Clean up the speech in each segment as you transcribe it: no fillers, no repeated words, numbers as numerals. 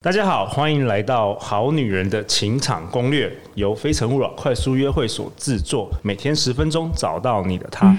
大家好，欢迎来到好女人的情场攻略，由非诚勿扰快速约会所制作，每天10分钟，找到你的他。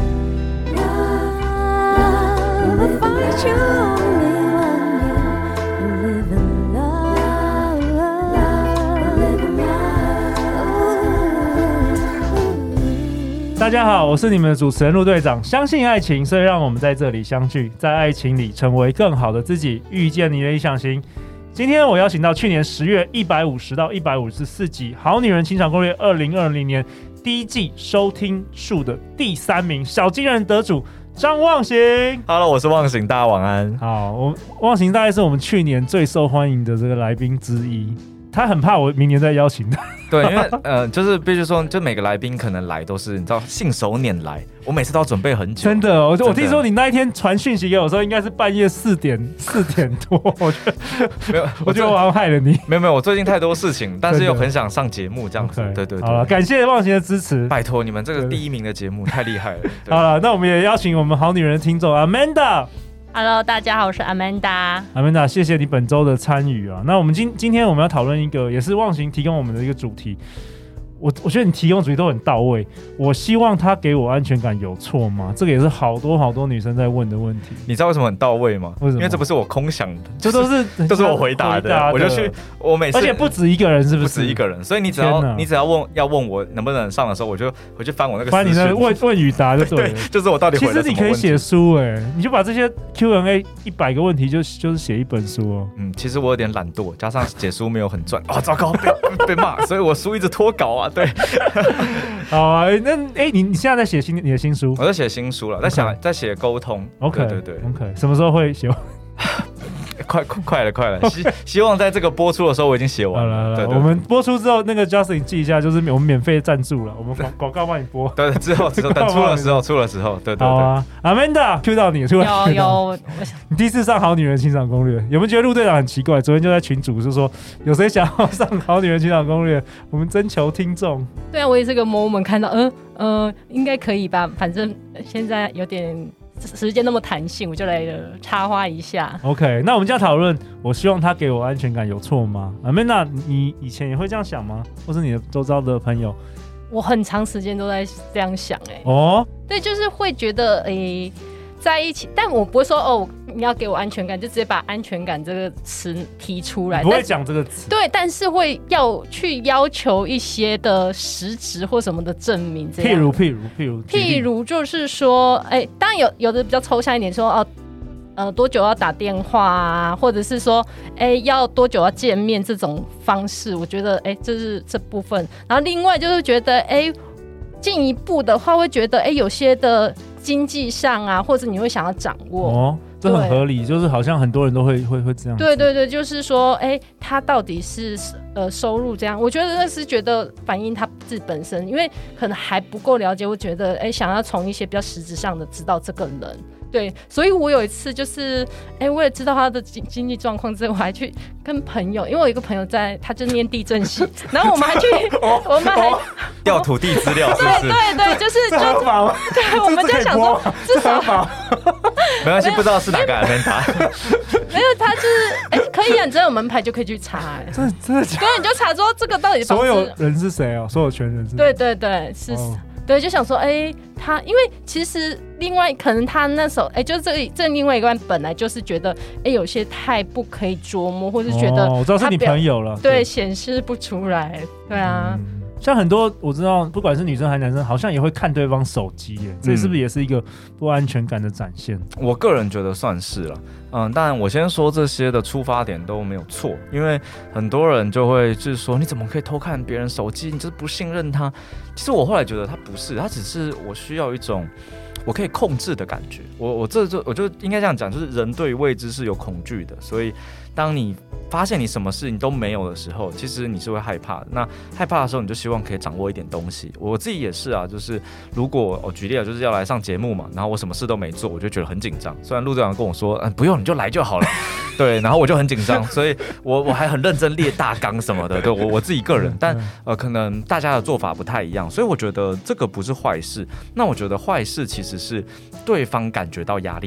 大家好，我是你们的主持人陆队长。相信爱情，所以让我们在这里相聚，在爱情里成为更好的自己，遇见你的理想型。今天我邀请到去年10月150到154集《好女人情场攻略》2020年第一季收听数的第3名小金人得主张忘形。 Hello， 我是忘形，大家晚安。 好，忘形大概是我们去年最受欢迎的这个来宾之一。他很怕我明年再邀请他。 对，因为就是必须说，就每个来宾可能来都是你知道信手拈来，我每次都要准备很久。 真的，我听说你那一天传讯息给我的时候，应该是半夜4点多。我觉得我好像害了你。 没有，我最近太多事情，但是又很想上节目这样子。对。 好了，感谢忘形的支持， 拜托你们这个第1名的节目太厉害了。 好了，那我们也邀请我们好女人的听众 Amanda。Hello， 大家好，我是 Amanda。 谢谢你本周的参与啊。那我们今天我们要讨论一个，也是忘形提供我们的一个主题。我觉得你提供的主题都很到位。我希望他给我安全感，有错吗？这个也是好多女生在问的问题。 你知道为什么很到位吗？ 为什么？ 因为这不是我空想的， 这都是我回答的。我就去，我每次， 而且不止一个人，是不是？ 不止一个人，所以你只要问我能不能上的时候，我就回去翻我那个翻你的问与答就对了。 对，就是我到底回了什么问题。 其实你可以写书你就把这些 Q&A 100个问题就是写一本书哦。 其实我有点懒惰，加上写书没有很赚，糟糕，被骂，所以我书一直拖稿啊。对。 好啊，那你现在在写你的新书？ 我在写新书了，在写沟通。 OK， 对， 什么时候会写完？ 快了，希望在这个播出的时候我已经写完了。对， 我们播出之后，那个 Justin 记一下，就是我们免费赞助了，我们广告帮你播。 对，之后等出的时候，对。 好啊 ，Amanda Q 到你， 有。 你第一次上《好女人情场攻略》，有没有觉得陆队长很奇怪？昨天就在群组就说，有谁想要上《好女人情场攻略》？我们征求听众。 对啊，我也是个 moment 看到，应该可以吧？反正现在有点。时间那么弹性，我就来插花一下。 OK， 那我们就要讨论，我希望他给我安全感，有错吗？Amanda，你以前也会这样想吗？或是你的周遭的朋友？ 我很长时间都在这样想对，就是会觉得在一起，但我不会说你要给我安全感，就直接把安全感这个词提出来， 不会讲这个词。 对，但是会要去要求一些的实质或什么的证明，这样。譬如就是说，当然有的比较抽象一点，说多久要打电话啊，或者是说要多久要见面这种方式，我觉得这是这部分。然后另外就是觉得进一步的话，会觉得有些的经济上啊，或者你会想要掌握这很合理，就是好像很多人都会这样。 对，就是说他到底是收入这样，我觉得那是觉得反映他自己本身，因为可能还不够了解，我觉得想要从一些比较实质上的知道这个人。对，所以我有一次就是我也知道他的经济状况之后，我还去跟朋友，因为我有一个朋友他就念地震系，然后我们还去我们还调土地资料，是不是？ 对，就是对， 我们就想说至少没关系，不知道是哪个Amanda。 没有，他就是可以啊，你只要有门牌就可以去查真的假的？ 对，你就查说这个到底所有人是谁所有权人是谁？ 对是。对，就想说，他因为其实另外可能他那时候，就是这另外一个本来就是觉得，有些太不可以捉摸，或是觉得我知道是你朋友了， 对，显示不出来，对啊。 像很多我知道，不管是女生还是男生，好像也会看对方手机这是不是也是一个不安全感的展现？ 我个人觉得算是了。当然我先说这些的出发点都没有错，因为很多人就会就是说，你怎么可以偷看别人手机？你就是不信任他。其实我后来觉得他不是，他只是我需要一种我可以控制的感觉。我就应该这样讲，就是人对于未知是有恐惧的，所以当你发现你什么事情都没有的时候，其实你是会害怕的。那害怕的时候，你就希望可以掌握一点东西。我自己也是啊，就是如果我举例就是要来上节目嘛，然后我什么事都没做，我就觉得很紧张。虽然陆队长跟我说，不用你就来就好了，对，然后我就很紧张，所以我还很认真列大纲什么的。对我自己个人，但可能大家的做法不太一样，所以我觉得这个不是坏事。那我觉得坏事其实是对方感觉到压力啦。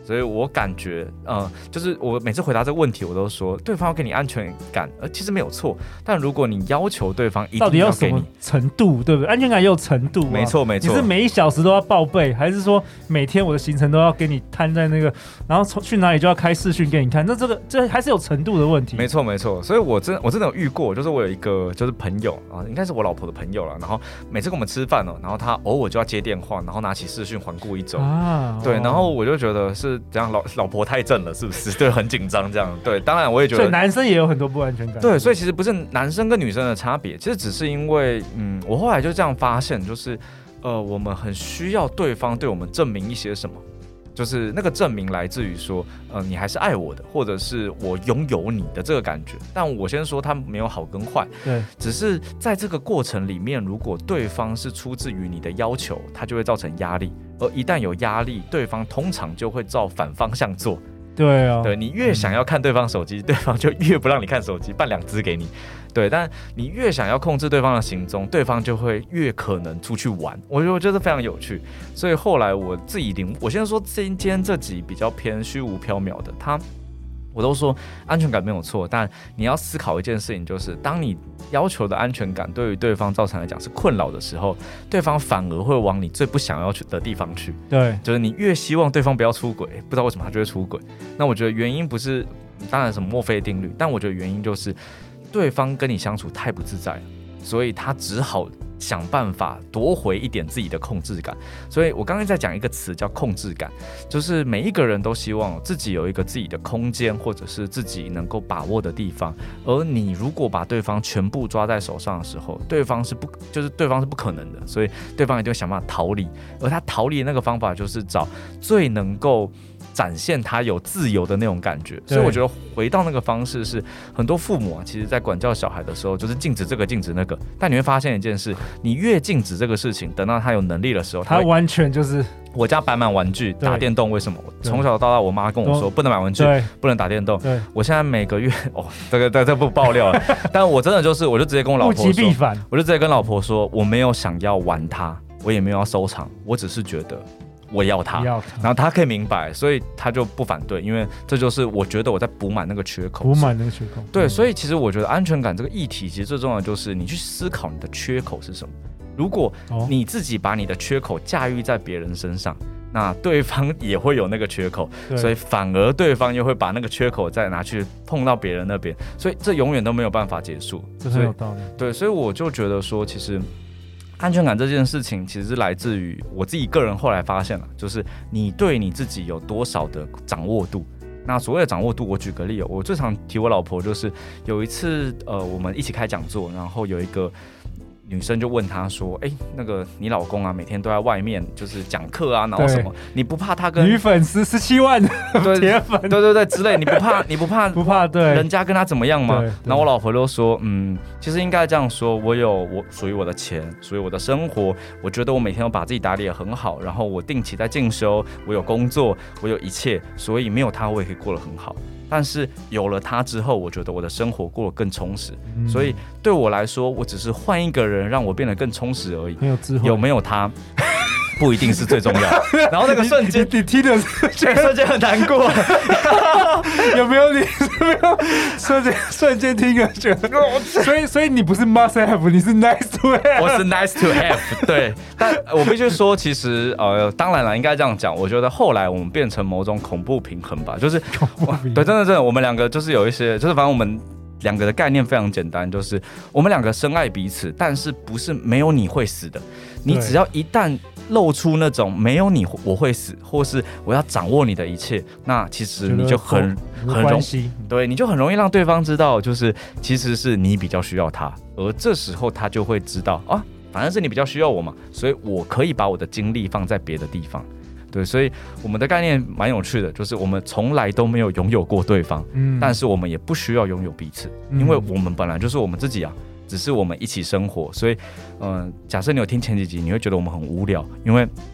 所以我感觉就是我每次回答这个问题，我都说对方要给你安全感，其实没有错。但如果你要求对方一定要给你， 到底要什么程度，对不对？安全感也有程度、啊， 没错没错。 你是每1小时都要报备，还是说每天我的行程都要给你摊在那个，然后去哪里就要开视讯给你看？那这还是有程度的问题。 没错没错。所以我真的有遇过，就是我有一个就是朋友啊，应该是我老婆的朋友了。然后每次跟我们吃饭然后他偶尔就要接电话，然后拿起视讯环顾一周啊，对，然后我就觉得是这样，老婆太正了，是不是？对，很紧张这样。对，当然我也觉得， 所以男生也有很多不安全感。 对，所以其实不是男生跟女生的差别，其实只是因为我后来就这样发现，就是我们很需要对方对我们证明一些什么。就是那个证明来自于说，你还是爱我的，或者是我拥有你的这个感觉。但我先说，它没有好跟坏，对，只是在这个过程里面，如果对方是出自于你的要求，它就会造成压力，而一旦有压力，对方通常就会照反方向做。 对啊， 对，你越想要看对方手机，对方就越不让你看手机，办2只给你。对，但你越想要控制对方的行踪，对方就会越可能出去玩。我觉得非常有趣，所以后来我自己我先说今天这集比较偏虚无缥缈的，我都说安全感没有错，但你要思考一件事情，就是当你要求的安全感对于对方造成来讲是困扰的时候，对方反而会往你最不想要去的地方去。对，就是你越希望对方不要出轨，不知道为什么他就会出轨。那我觉得原因不是当然什么墨菲定律，但我觉得原因就是对方跟你相处太不自在了，所以他只好想办法夺回一点自己的控制感。所以我刚才在讲一个词叫控制感，就是每一个人都希望自己有一个自己的空间，或者是自己能够把握的地方。而你如果把对方全部抓在手上的时候，对方是不可能的，所以对方一定会想办法逃离。而他逃离的那个方法就是找最能够展现他有自由的那种感觉。所以我觉得回到那个方式是很多父母其实在管教小孩的时候就是禁止这个禁止那个，但你会发现一件事，你越禁止这个事情，等到他有能力的时候，他完全就是我家摆满玩具打电动。为什么？从小到大我妈跟我说不能买玩具，不能打电动。我现在每个月这不爆料了但我真的就是我就直接跟我老婆说，我就直接跟老婆说我没有想要玩它，我也没有要收藏，我只是觉得我要它，然后他可以明白，所以他就不反对，因为这就是我觉得我在补满那个缺口。对，所以其实我觉得安全感这个议题，其实最重要的就是你去思考你的缺口是什么。如果你自己把你的缺口驾驭在别人身上，那对方也会有那个缺口，所以反而对方又会把那个缺口再拿去碰到别人那边，所以这永远都没有办法结束。 这很有道理。 对，所以我就觉得说，其实安全感这件事情其实是来自于我自己个人后来发现了，就是你对你自己有多少的掌握度。那所谓的掌握度，我举个例我最常提我老婆，就是有一次我们一起开讲座，然后有一个女生就问他说：“那个你老公每天都在外面就是讲课然后什么，你不怕他跟女粉丝17万铁粉， 对之类，你不怕对人家跟他怎么样吗？”然后我老婆就说：“其实应该这样说，我属于我的钱，属于我的生活，我觉得我每天都把自己打理得很好，然后我定期在进修，我有工作，我有一切，所以没有他我也可以过得很好。”但是有了他之后，我觉得我的生活过得更充实，所以对我来说，我只是换一个人让我变得更充实而已。 很有智慧， 有没有他不一定是最重要。然后那个瞬间， 你听的瞬间很难过。 有没有你瞬间听了觉得，所以你不是 must have， 你是 nice to have。 我是 nice to have， 对。但我必须说，其实当然了，应该这样讲。我觉得后来我们变成某种恐怖平衡吧，就是对，真的，我们两个就是有一些，就是反正我们两个的概念非常简单，就是我们两个深爱彼此，但是不是没有你会死的。你只要一旦露出那种没有你我会死，或是我要掌握你的一切，那其实你就很容易，对，你就很容易让对方知道，就是其实是你比较需要他，而这时候他就会知道反正是你比较需要我嘛，所以我可以把我的精力放在别的地方。对，所以我们的概念蛮有趣的，就是我们从来都没有拥有过对方，但是我们也不需要拥有彼此，因为我们本来就是我们自己只是我们一起生活。所以假设你有听前几集，你会觉得我们很无聊，因为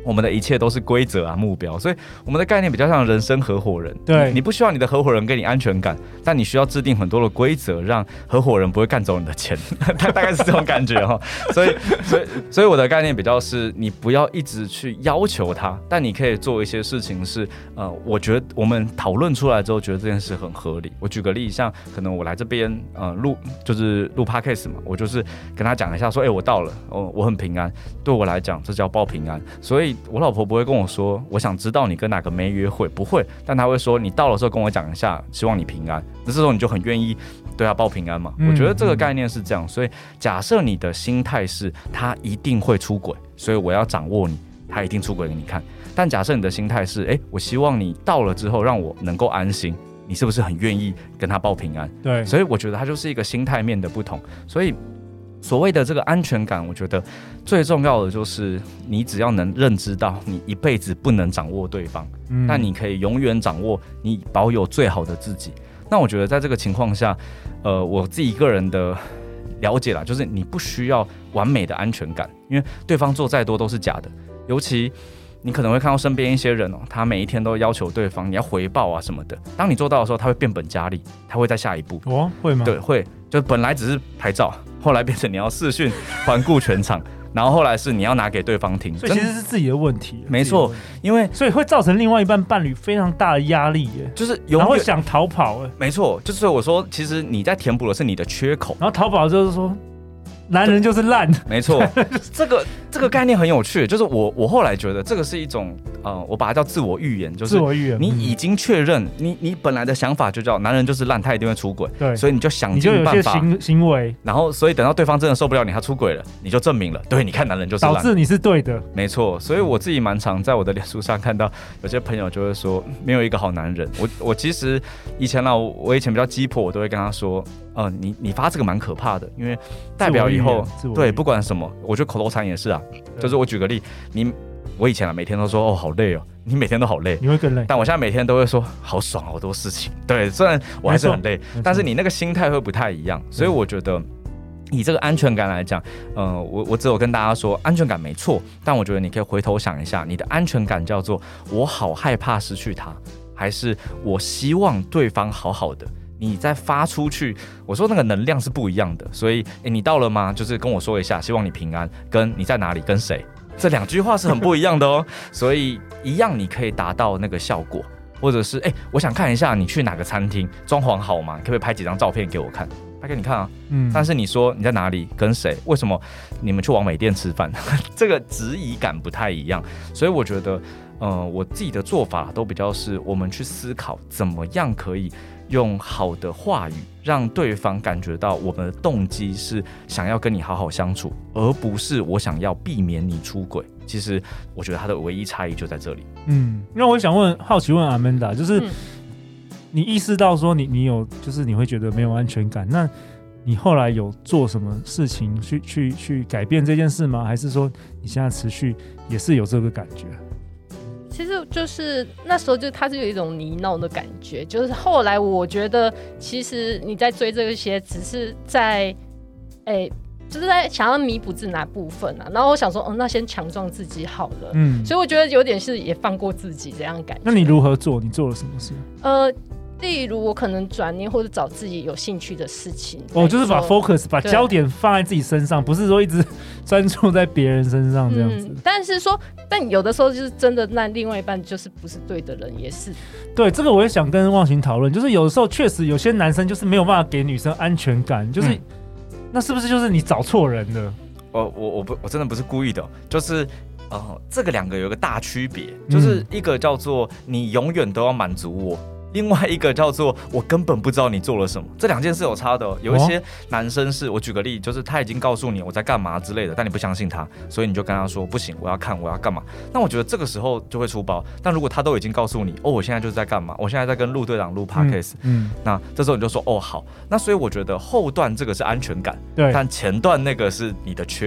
我们的一切都是规则啊、目标，所以我们的概念比较像人生合伙人。 对， 你不希望你的合伙人给你安全感，但你需要制定很多的规则，让合伙人不会干走你的钱，大概是这种感觉哈。所以我的概念比较是，你不要一直去要求他，但你可以做一些事情是，我觉得我们讨论出来之后，觉得这件事很合理。我举个例，像可能我来这边录 podcast 嘛，我就是跟他讲一下说，我到了，我很平安，对我来讲这叫报平安，所以我老婆不会跟我说我想知道你跟哪个妹约会，不会，但她会说你到了之后跟我讲一下，希望你平安，那这时候你就很愿意对她报平安嘛。我觉得这个概念是这样，所以假设你的心态是他一定会出轨，所以我要掌握你，他一定出轨给你看。但假设你的心态是我希望你到了之后让我能够安心，你是不是很愿意跟他报平安？ 对， 所以我觉得它就是一个心态面的不同。所以所谓的这个安全感，我觉得最重要的就是你只要能认知到你一辈子不能掌握对方，但你可以永远掌握你保有最好的自己。那我觉得在这个情况下，我自己个人的了解啦，就是你不需要完美的安全感，因为对方做再多都是假的。尤其你可能会看到身边一些人他每一天都要求对方你要回报啊什么的。当你做到的时候，他会变本加厉，他会在下一步。 会吗？ 对，会。就本来只是拍照，后来变成你要视讯环顾全场，然后后来是你要拿给对方听。 所以其实是自己的问题。 没错，因为所以会造成另外一半伴侣非常大的压力耶， 就是然后想逃跑。 没错，就是我说，其实你在填补的是你的缺口， 然后逃跑就是说。男人就是烂， 没错，这个概念很有趣，就是我后来觉得这个是一种我把它叫自我预言，就是你已经确认你本来的想法就叫男人就是烂，他一定会出轨， 对， 所以你就想尽办法， 你就有些行为， 然后所以等到对方真的受不了你，他出轨了，你就证明了，对，你看男人就是烂， 导致你是对的， 没错。所以我自己蛮常在我的脸书上看到有些朋友就会说没有一个好男人。我其实以前啦，我以前比较鸡婆，我都会跟他说。你发这个蛮可怕的，因为代表以后对不管什么，我觉得口头禅也是啊。就是我举个例，我以前每天都说好累哦，你每天都好累， 你会更累。 但我现在每天都会说好爽，好多事情。对，虽然我还是很累，但是你那个心态会不太一样。所以我觉得以这个安全感来讲，我只有跟大家说安全感没错，但我觉得你可以回头想一下，你的安全感叫做我好害怕失去他，还是我希望对方好好的？你再发出去，我说那个能量是不一样的，所以你到了吗？就是跟我说一下，希望你平安，跟你在哪里，跟谁，这2句话是很不一样的哦。所以一样你可以达到那个效果，或者是我想看一下你去哪个餐厅，装潢好吗？可不可以拍几张照片给我看？拍给你看啊。但是你说你在哪里，跟谁，为什么你们去网美店吃饭？这个质疑感不太一样，所以我觉得，我自己的做法都比较是我们去思考怎么样可以。用好的话语让对方感觉到我们的动机是想要跟你好好相处，而不是我想要避免你出轨。其实我觉得它的唯一差异就在这里。 那我想好奇问 Amanda， 就是你意识到说你有，就是你会觉得没有安全感，那你后来有做什么事情去改变这件事吗？还是说你现在持续也是有这个感觉？ 其实就是那时候它是有一种泥淖的感觉，就是后来我觉得其实你在追这些只是在就是在想要弥补自己哪部分啊，然后我想说那先强壮自己好了，所以我觉得有点是也放过自己这样感觉。 那你如何做？你做了什么事？ 例如我可能转念或者找自己有兴趣的事情。 就是把 focus 把焦点放在自己身上，不是说一直专注在别人身上这样子。但有的时候就是真的，那另外一半就是不是对的人也是。对，这个我也想跟忘形讨论，就是有的时候确实有些男生就是没有办法给女生安全感，就是那是不是就是你找错人了？ 我真的不是故意的，就是这个2个有一个大区别，就是一个叫做你永远都要满足我。另外一个叫做我根本不知道你做了什么，这2件事有差的。有一些男生是我举个例，就是他已经告诉你我在干嘛之类的，但你不相信他，所以你就跟他说不行，我要看，我要干嘛。那我觉得这个时候就会出包。但如果他都已经告诉你我现在就是在干嘛，我现在在跟陆队长录 podcast，那这时候你就说好。那所以我觉得后段这个是安全感，对，但前段那个是你的缺口。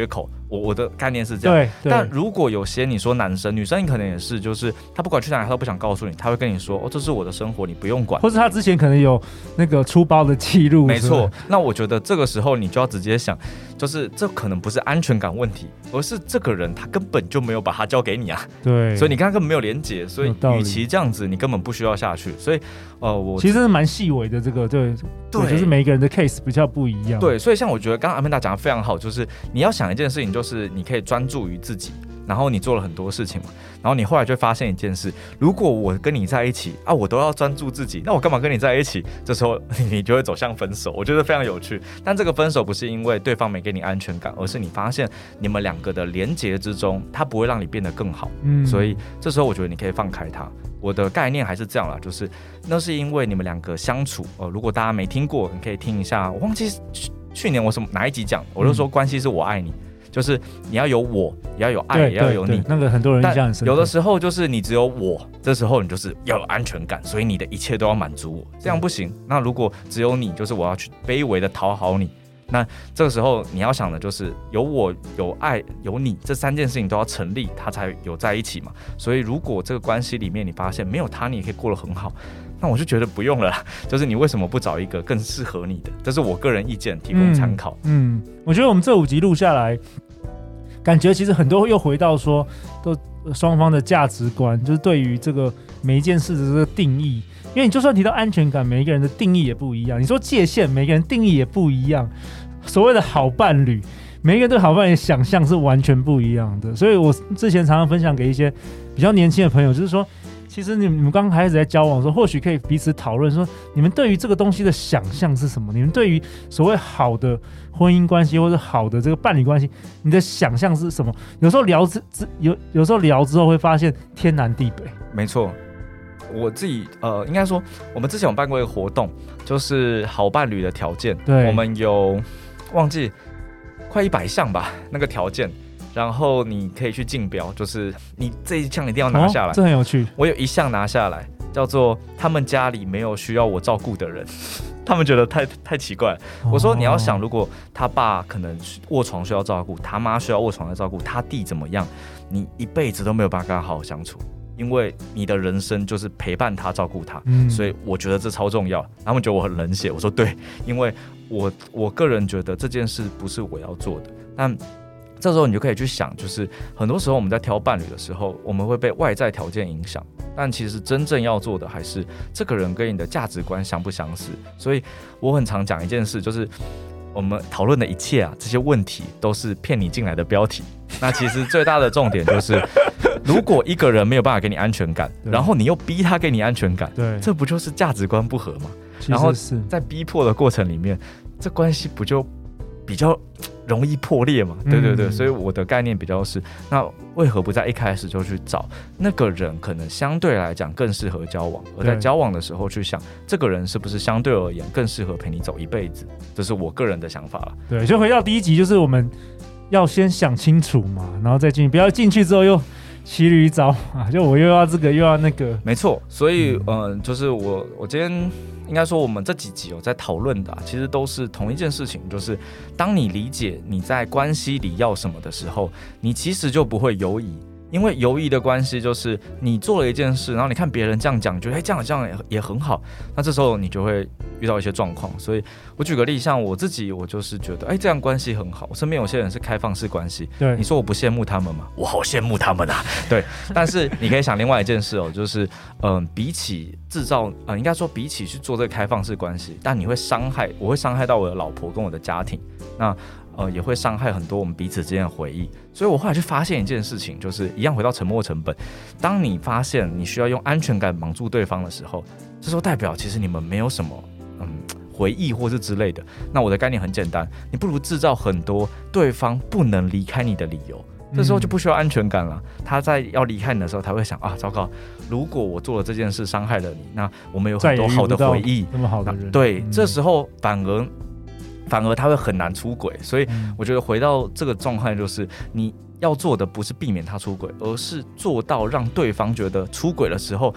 我的概念是这样。 对。 但如果有些你说男生女生，你可能也是，就是他不管去哪里他都不想告诉你，他会跟你说这是我的生活，你不用管。 或是他之前可能有那个出包的记录。 没错。那我觉得这个时候你就要直接想，就是这可能不是安全感问题，而是这个人他根本就没有把他交给你啊。 对。 所以你跟他根本没有连结，所以与其这样子，你根本不需要下去。所以我其实是蛮细微的这个，对，就是每一个人的 case 比较不一样。 对，所以像我觉得刚刚Amanda讲的非常好，就是你要想一件事情，就是你可以专注于自己，然后你做了很多事情嘛，然后你后来就会发现一件事，如果我跟你在一起我都要专注自己，那我干嘛跟你在一起？这时候你就会走向分手，我觉得非常有趣。但这个分手不是因为对方没给你安全感，而是你发现你们两个的连结之中，它不会让你变得更好。所以这时候我觉得你可以放开它。我的概念还是这样啦，就是那是因为你们两个相处如果大家没听过，你可以听一下，我忘记去年我哪一集讲，我就说关系是我爱你，就是你要有我，也要有爱，也要有你。 那个很多人印象很深刻。 有的时候就是你只有我，这时候你就是要有安全感，所以你的一切都要满足我，这样不行。那如果只有你，就是我要去卑微的讨好你。那这个时候你要想的就是有我有爱有你，这三件事情都要成立，它才有在一起嘛。所以如果这个关系里面你发现没有他你也可以过得很好，那我就觉得不用了啦，就是你为什么不找一个更适合你的？这是我个人意见，提供参考。 我觉得我们这5集录下来，感觉其实很多又回到说，都双方的价值观，就是对于这个每一件事的这个定义。因为你就算提到安全感，每一个人的定义也不一样。你说界限，每个人定义也不一样。所谓的好伴侣，每一个人对好伴侣的想象是完全不一样的。所以我之前常常分享给一些比较年轻的朋友，就是说，其实你们刚开始在交往的时候，或许可以彼此讨论说，你们对于这个东西的想象是什么？你们对于所谓好的婚姻关系或者好的这个伴侣关系，你的想象是什么？有时候聊有时候聊之后会发现天南地北。 没错。我自己应该说，我们之前有办过一个活动，就是好伴侣的条件。 对， 我们有忘记快100项吧，那个条件，然后你可以去竞标，就是你这一项一定要拿下来。 这很有趣。 我有一项拿下来，叫做他们家里没有需要我照顾的人。他们觉得太奇怪了。我说你要想，如果他爸可能卧床需要照顾，他妈需要卧床来照顾，他弟怎么样，你一辈子都没有办法跟他好好相处。因为你的人生就是陪伴他、照顾他，所以我觉得这超重要。他们觉得我很冷血，我说对，因为我个人觉得这件事不是我要做的。但这时候你就可以去想，就是很多时候我们在挑伴侣的时候，我们会被外在条件影响，但其实真正要做的还是这个人跟你的价值观相不相似。所以我很常讲一件事，就是我们讨论的一切这些问题都是骗你进来的标题。那其实最大的重点就是，如果一个人没有办法给你安全感，然后你又逼他给你安全感，这不就是价值观不合吗？然后在逼迫的过程里面，这关系不就比较容易破裂嘛？对对对，所以我的概念比较是，那为何不在一开始就去找那个人可能相对来讲更适合交往，而在交往的时候去想这个人是不是相对而言更适合陪你走一辈子？这是我个人的想法了。 对，就回到第一集，就是我们要先想清楚嘛，然后再进去，不要进去之后又骑驴找马，就我又要这个又要那个。 没错，所以就是我今天应该说我们这几集有在讨论的其实都是同一件事情，就是当你理解你在关系里要什么的时候，你其实就不会犹疑。因为犹疑的关系就是你做了一件事，然后你看别人这样讲，觉得这样也很好，那这时候你就会遇到一些状况。所以我举个例，像我自己，我就是觉得这样关系很好。我身边有些人是开放式关系，对，你说我不羡慕他们吗？我好羡慕他们啊。对，但是你可以想另外一件事就是比起制造应该说比起去做这个开放式关系，但我会伤害到我的老婆跟我的家庭，那也会伤害很多我们彼此之间的回忆。所以我后来就发现一件事情，就是一样回到沉没成本。当你发现你需要用安全感绑住对方的时候，这时候代表其实你们没有什么回忆或是之类的。那我的概念很简单，你不如制造很多对方不能离开你的理由，这时候就不需要安全感了。他在要离开你的时候，他会想糟糕，如果我做了这件事伤害了你，那我们有很多好的回忆， 那么好的人， 对，这时候反而他会很难出轨。所以我觉得回到这个状态，就是你要做的不是避免他出轨，而是做到让对方觉得出轨的时候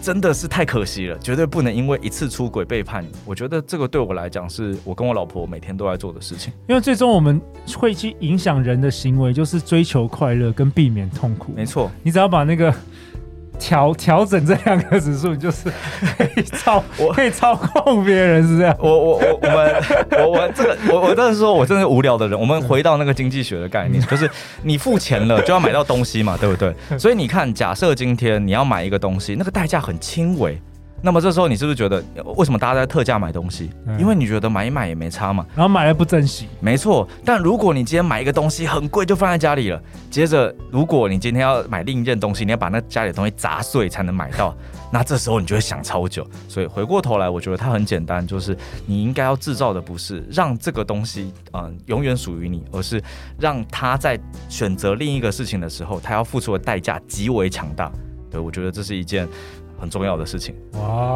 真的是太可惜了，绝对不能因为一次出轨背叛你。我觉得这个对我来讲是我跟我老婆每天都在做的事情， 因为最终我们会去影响人的行为，就是追求快乐跟避免痛苦。 没错， 你只要把那个调整这2个指数，你就是可以操控别人，是这样。 我真的说，我真的是无聊的人。我们回到那个经济学的概念，就是你付钱了就要买到东西嘛，对不对？所以你看，假设今天你要买一个东西，那个代价很轻微。那么这时候你是不是觉得为什么大家在特价买东西？因为你觉得买一买也没差嘛， 然后买了不珍惜。 没错，但如果你今天买一个东西很贵就放在家里了，接着如果你今天要买另一件东西，你要把那家里的东西砸碎才能买到，那这时候你就会想超久。所以回过头来，我觉得它很简单，就是你应该要制造的不是让这个东西永远属于你，而是让他在选择另一个事情的时候，他要付出的代价极为强大。对，我觉得这是一件很重要的事情。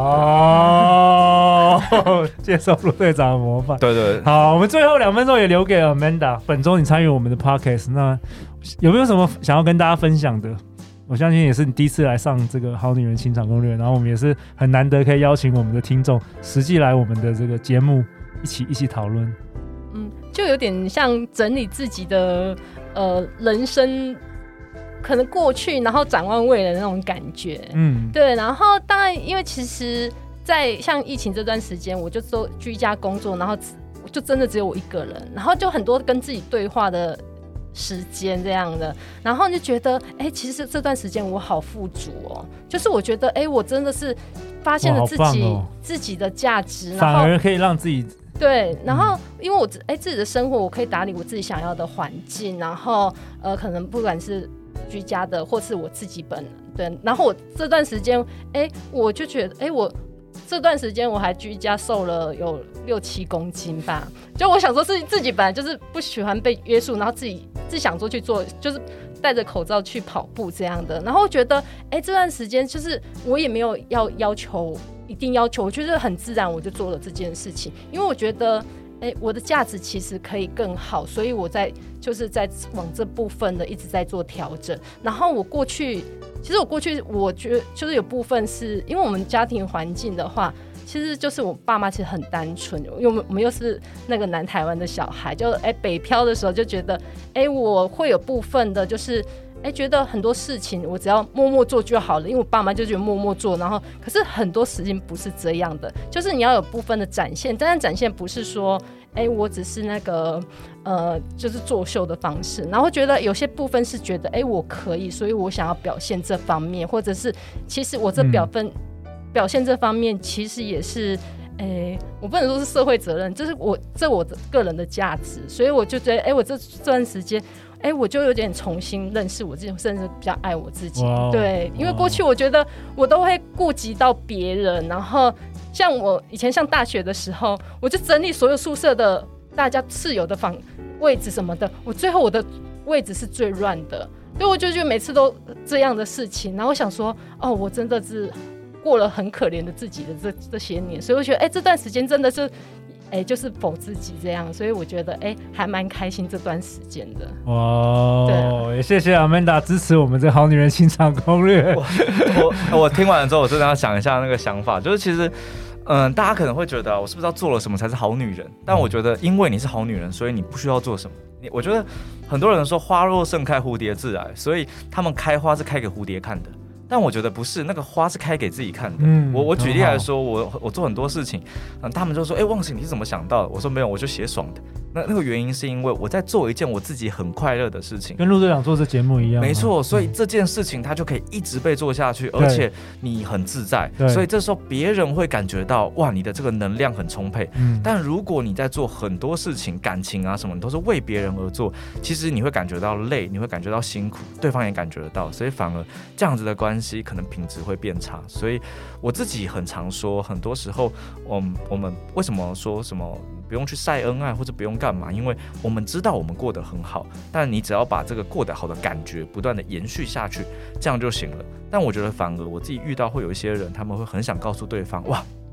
哇，接受陆队长的模范。 对对， 好，我们最后2分钟也留给 Amanda。本周你参与我们的 Podcast， 那有没有什么想要跟大家分享的？我相信也是你第一次来上这个《好女人情场攻略》，然后我们也是很难得可以邀请我们的听众实际来我们的这个节目一起讨论。 就有点像整理自己的人生。可能过去，然后展望未来的那种感觉，对。然后当然，因为其实，在像疫情这段时间，我就做居家工作，然后就真的只有我一个人，然后就很多跟自己对话的时间这样的，然后就觉得，其实这段时间我好富足哦，就是我觉得，我真的是发现了自己的价值， 反而可以让自己。 对，然后因为我自己的生活，我可以打理我自己想要的环境，然后可能不管是居家的，或是我自己本人，对。然后我这段时间，我就觉得，我这段时间我还居家瘦了有6-7公斤吧。就我想说，是自己本来就是不喜欢被约束，然后自己想做去做，就是戴着口罩去跑步这样的。然后我觉得，这段时间就是我也没有要求。一定要求，我觉得很自然，我就做了这件事情，因为我觉得，我的价值其实可以更好，所以我就是在往这部分的一直在做调整。然后我过去我觉得就是有部分是因为我们家庭环境的话，其实就是我爸妈其实很单纯，因为我们又是那个南台湾的小孩，就北漂的时候就觉得，我会有部分的就是。觉得很多事情我只要默默做就好了，因为我爸妈就觉得默默做，然后可是很多事情不是这样的，就是你要有部分的展现，但是展现不是说我只是那个就是作秀的方式，然后觉得有些部分是觉得我可以，所以我想要表现这方面，或者是其实我这表现这方面其实也是我不能说是社会责任，这是我的个人的价值，所以我就觉得我这段时间我就有点重新认识我自己，甚至比较爱我自己。对，因为过去我觉得我都会顾及到别人，然后像我以前上大学的时候，我就整理所有宿舍的大家室友的位置什么的，最后我的位置是最乱的，所以我就觉得每次都这样的事情，然后我想说，我真的是过了很可怜的自己的这些年，所以我觉得这段时间真的是。就是否自己这样，所以我觉得还蛮开心这段时间的。 哇，也谢谢 Amanda 支持我们这好女人情场攻略。 我听完了之后，我真的要想一下那个想法，就是其实大家可能会觉得我是不是要做了什么才是好女人？但我觉得因为你是好女人，所以你不需要做什么。我觉得很多人说花若盛开，蝴蝶自来，所以他们开花是开给蝴蝶看的。但我觉得不是，那个花是开给自己看的。我举例来说，我做很多事情，他们就说，忘喜你是怎么想到的？我说没有，我就写爽的。那个原因是因为我在做一件我自己很快乐的事情， 跟陆队长做这节目一样。 没错，所以这件事情它就可以一直被做下去，而且你很自在，所以这时候别人会感觉到哇，你的这个能量很充沛。但如果你在做很多事情，感情啊什么，你都是为别人而做，其实你会感觉到累，你会感觉到辛苦，对方也感觉得到，所以反而这样子的关系可能品质会变差。所以我自己很常说，很多时候我们为什么说什么不用去晒恩爱或者不用干嘛，因为我们知道我们过得很好，但你只要把这个过得好的感觉不断的延续下去，这样就行了。但我觉得反而我自己遇到会有一些人，他们会很想告诉对方，哇，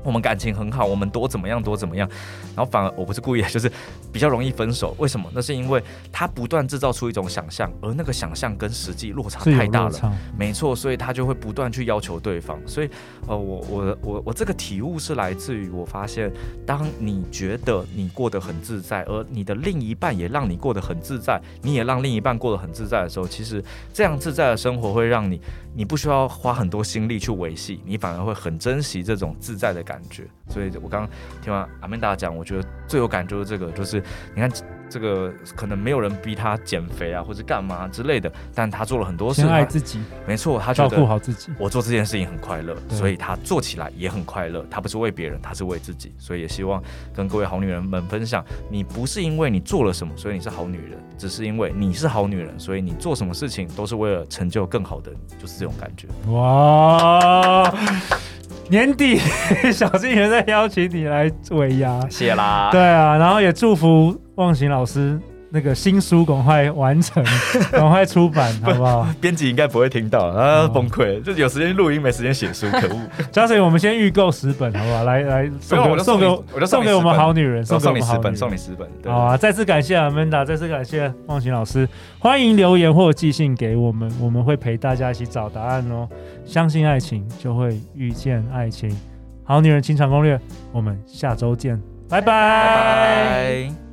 我们感情很好，我们多怎么样，然后反而我不是故意的，就是比较容易分手。为什么？那是因为他不断制造出一种想象，而那个想象跟实际落差太大了，没错，所以他就会不断去要求对方。所以，我这个体悟是来自于我发现，当你觉得你过得很自在，而你的另一半也让你过得很自在，你也让另一半过得很自在的时候，其实这样自在的生活会让你不需要花很多心力去维系，你反而会很珍惜这种自在的感觉。所以我刚刚听完阿曼达讲，我觉得最有感就是这个，就是你看这个可能没有人逼他减肥啊，或者干嘛之类的，但他做了很多事， 先爱自己， 没错，他觉得照顾好自己， 我做这件事情很快乐，所以他做起来也很快乐。他不是为别人，他是为自己。所以也希望跟各位好女人们分享，你不是因为你做了什么，所以你是好女人，只是因为你是好女人，所以你做什么事情都是为了成就更好的你，就是这种感觉。 哇！年底小金人在邀请你来尾牙， 谢啦。 对啊，然后也祝福忘形老师那个新书赶快完成，赶快出版，好不好？ 编辑应该不会听到，崩溃，就有时间录音没时间写书，可恶。 嘉水，我们先预购10本，好不好？来送给我们好女人， 送你10本，送你10本。 好啊！再次感谢 Amanda， 再次感谢忘形老师，欢迎留言或寄信给我们，我们会陪大家一起找答案哦。相信爱情，就会遇见爱情。好女人情场攻略，我们下周见，拜拜。